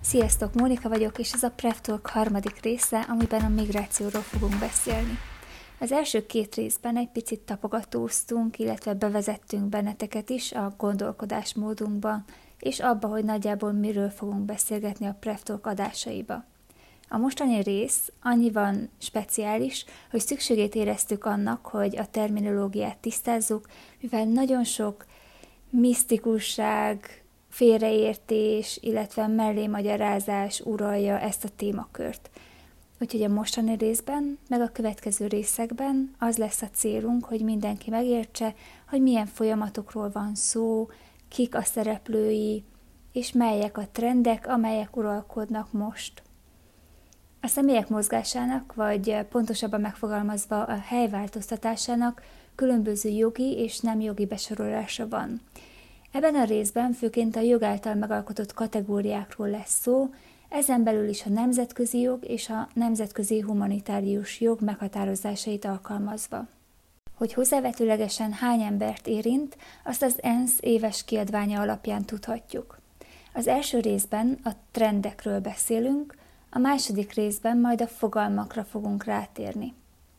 Sziasztok, Mónika vagyok, és ez a Prep Talk harmadik része, amiben a migrációról fogunk beszélni. Az első két részben egy picit tapogatóztunk, illetve bevezettünk benneteket is a gondolkodásmódunkba, és abba, hogy nagyjából miről fogunk beszélgetni a Prep Talk adásaiba. A mostani rész annyiban speciális, hogy szükségét éreztük annak, hogy a terminológiát tisztázzuk, mivel nagyon sok misztikusság, félreértés, illetve mellémagyarázás uralja ezt a témakört. Úgyhogy a mostani részben, meg a következő részekben az lesz a célunk, hogy mindenki megértse, hogy milyen folyamatokról van szó, kik a szereplői, és melyek a trendek, amelyek uralkodnak most. A személyek mozgásának, vagy pontosabban megfogalmazva a helyváltoztatásának különböző jogi és nem jogi besorolása van. Ebben a részben főként a jog által megalkotott kategóriákról lesz szó, ezen belül is a nemzetközi jog és a nemzetközi humanitárius jog meghatározásait alkalmazva. Hogy hozzávetőlegesen hány embert érint, azt az ENSZ éves kiadványa alapján tudhatjuk. Az első részben a trendekről beszélünk, a második részben majd a fogalmakra fogunk rátérni.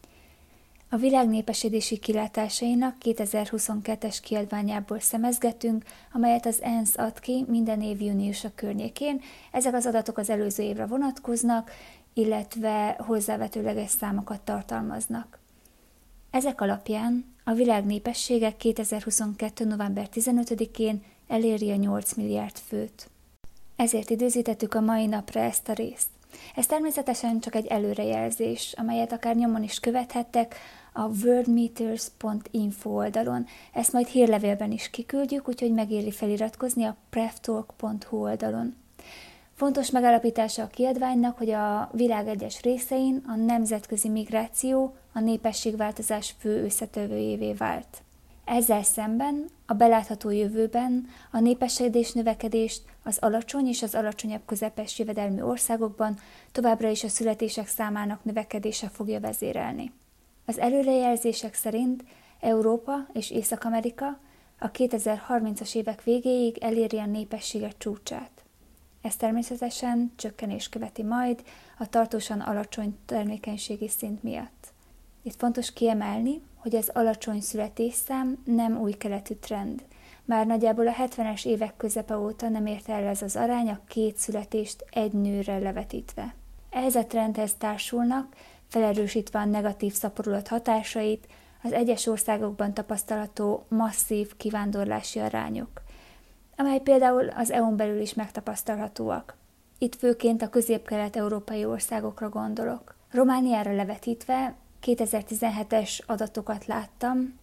A világ népesedési kilátásainak 2022-es kiadványából szemezgetünk, amelyet az ENSZ ad ki minden év júniusa környékén. Ezek az adatok az előző évre vonatkoznak, illetve hozzávetőleges számokat tartalmaznak. Ezek alapján a világ népessége 2022. november 15-én eléri a 8 milliárd főt. Ezért időzítettük a mai napra ezt a részt. Ez természetesen csak egy előrejelzés, amelyet akár nyomon is követhettek a worldmeters.info oldalon. Ezt majd hírlevélben is kiküldjük, úgyhogy megéri feliratkozni a preptalk.hu oldalon. Fontos megállapítása a kiadványnak, hogy a világ egyes részein a nemzetközi migráció a népességváltozás fő összetevőjévé vált. Ezzel szemben a belátható jövőben a népességedés növekedést az alacsony és az alacsonyabb közepes jövedelmű országokban továbbra is a születések számának növekedése fogja vezérelni. Az előrejelzések szerint Európa és Észak-Amerika a 2030-as évek végéig eléri a népessége csúcsát. Ez természetesen csökkenés követi majd a tartósan alacsony termékenységi szint miatt. Itt fontos kiemelni, hogy az alacsony születésszám nem új keletű trend. Már nagyjából a 70-es évek közepe óta nem ért el ez az arány a 2 születést egy nőre levetítve. Ehhez a trendhez társulnak, felerősítve a negatív szaporulat hatásait, az egyes országokban tapasztalható masszív kivándorlási arányok, amely például az EU-n belül is megtapasztalhatóak. Itt főként a közép-kelet-európai országokra gondolok. Romániára levetítve 2017-es adatokat láttam,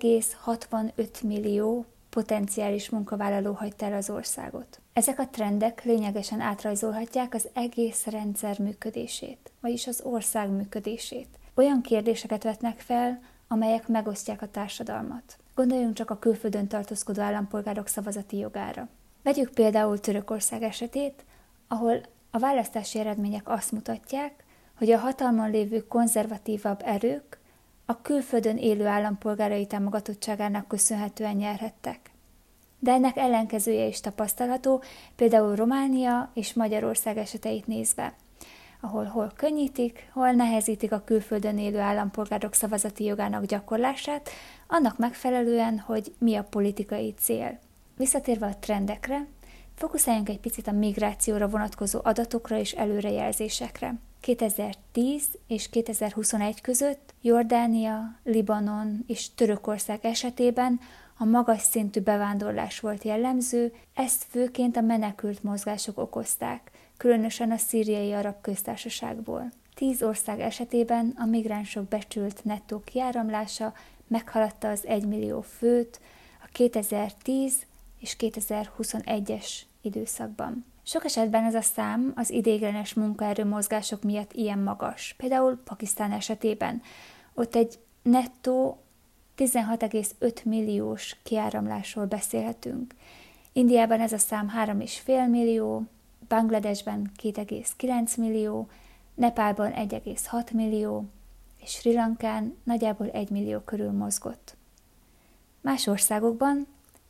2,65 millió potenciális munkavállaló hagyta el az országot. Ezek a trendek lényegesen átrajzolhatják az egész rendszer működését, vagyis az ország működését. Olyan kérdéseket vetnek fel, amelyek megosztják a társadalmat. Gondoljunk csak a külföldön tartózkodó állampolgárok szavazati jogára. Vegyük például Törökország esetét, ahol a választási eredmények azt mutatják, hogy a hatalmon lévő konzervatívabb erők a külföldön élő állampolgárai támogatottságának köszönhetően nyerhettek. De ennek ellenkezője is tapasztalható, például Románia és Magyarország eseteit nézve, ahol hol könnyítik, hol nehezítik a külföldön élő állampolgárok szavazati jogának gyakorlását, annak megfelelően, hogy mi a politikai cél. Visszatérve a trendekre, fókuszáljunk egy picit a migrációra vonatkozó adatokra és előrejelzésekre. 2010 és 2021 között Jordánia, Libanon és Törökország esetében a magas szintű bevándorlás volt jellemző, ezt főként a menekült mozgások okozták, különösen a szíriai arab köztársaságból. 10 ország esetében a migránsok becsült nettó kiáramlása meghaladta az 1 millió főt a 2010 és 2021-es időszakban. Sok esetben ez a szám az ideiglenes munkaerő mozgások miatt ilyen magas. Például Pakisztán esetében ott egy nettó 16,5 milliós kiáramlásról beszélhetünk. Indiában ez a szám 3,5 millió, Bangladesben 2,9 millió, Nepálban 1,6 millió, és Sri Lankán nagyjából 1 millió körül mozgott. Más országokban,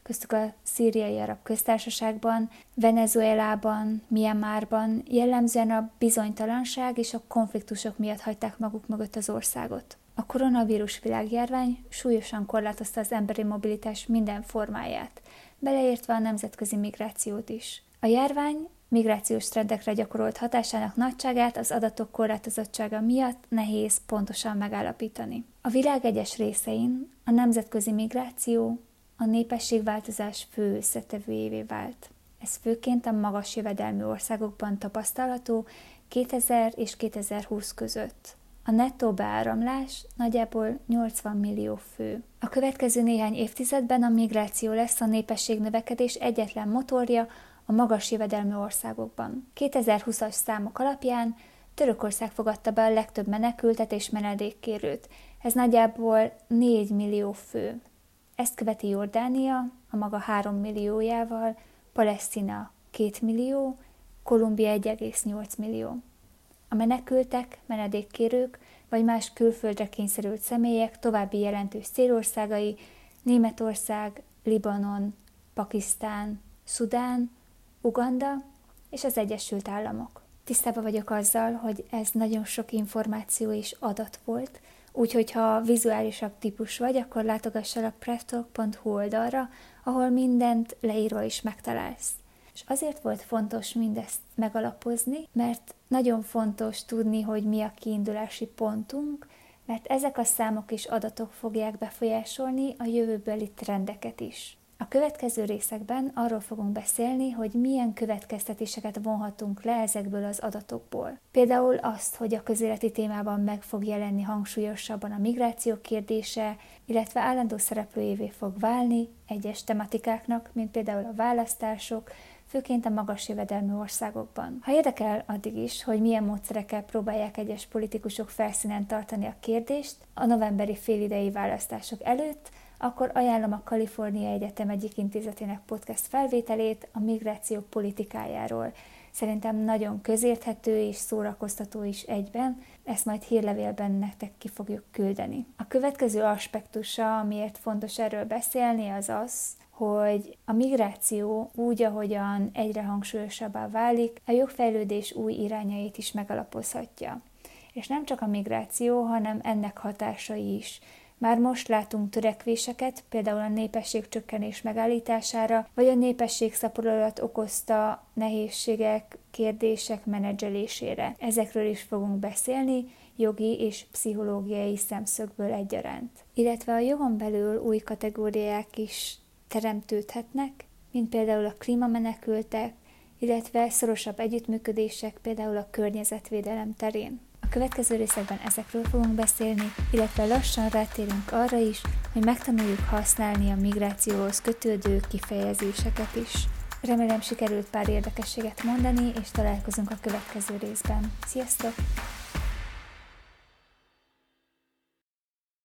köztük a Szíriai Arab Köztársaságban, Venezuelában, Myanmarban jellemzően a bizonytalanság és a konfliktusok miatt hagyták maguk mögött az országot. A koronavírus világjárvány súlyosan korlátozta az emberi mobilitás minden formáját, beleértve a nemzetközi migrációt is. A járvány migrációs trendekre gyakorolt hatásának nagyságát az adatok korlátozottsága miatt nehéz pontosan megállapítani. A világ egyes részein a nemzetközi migráció a népességváltozás fő összetevőjévé vált. Ez főként a magas jövedelmű országokban tapasztalható 2000 és 2020 között. A nettó beáramlás nagyjából 80 millió fő. A következő néhány évtizedben a migráció lesz a népességnövekedés egyetlen motorja a magas jövedelmű országokban. 2020-as számok alapján Törökország fogadta be a legtöbb menekültet és menedékkérőt. Ez nagyjából 4 millió fő. Ezt követi Jordánia a maga 3 milliójával, Palesztina 2 millió, Kolumbia 1,8 millió. A menekültek, menedékkérők vagy más külföldre kényszerült személyek további jelentős célországai Németország, Libanon, Pakisztán, Szudán, Uganda és az Egyesült Államok. Tisztában vagyok azzal, hogy ez nagyon sok információ és adat volt, úgyhogy ha vizuálisabb típus vagy, akkor látogass el a preptalk.hu oldalra, ahol mindent leírva is megtalálsz. És azért volt fontos mindezt megalapozni, mert nagyon fontos tudni, hogy mi a kiindulási pontunk, mert ezek a számok és adatok fogják befolyásolni a jövőbeli trendeket is. A következő részekben arról fogunk beszélni, hogy milyen következtetéseket vonhatunk le ezekből az adatokból. Például azt, hogy a közéleti témában meg fog jelenni hangsúlyosabban a migráció kérdése, illetve állandó szereplőjévé fog válni egyes tematikáknak, mint például a választások, főként a magas jövedelmű országokban. Ha érdekel addig is, hogy milyen módszerekkel próbálják egyes politikusok felszínen tartani a kérdést a novemberi félidei választások előtt, akkor ajánlom a Kalifornia Egyetem egyik intézetének podcast felvételét a migráció politikájáról. Szerintem nagyon közérthető és szórakoztató is egyben, ezt majd hírlevélben nektek ki fogjuk küldeni. A következő aspektusa, amiért fontos erről beszélni, az az, hogy a migráció úgy, ahogyan egyre hangsúlyosabbá válik, a jogfejlődés új irányait is megalapozhatja. És nem csak a migráció, hanem ennek hatásai is. Már most látunk törekvéseket, például a népességcsökkenés megállítására, vagy a népességszaporulat okozta nehézségek, kérdések menedzselésére. Ezekről is fogunk beszélni, jogi és pszichológiai szemszögből egyaránt. Illetve a jogon belül új kategóriák is teremtődhetnek, mint például a klímamenekültek, illetve szorosabb együttműködések, például a környezetvédelem terén. A következő részekben ezekről fogunk beszélni, illetve lassan rátérünk arra is, hogy megtanuljuk használni a migrációhoz kötődő kifejezéseket is. Remélem sikerült pár érdekességet mondani, és találkozunk a következő részben. Sziasztok!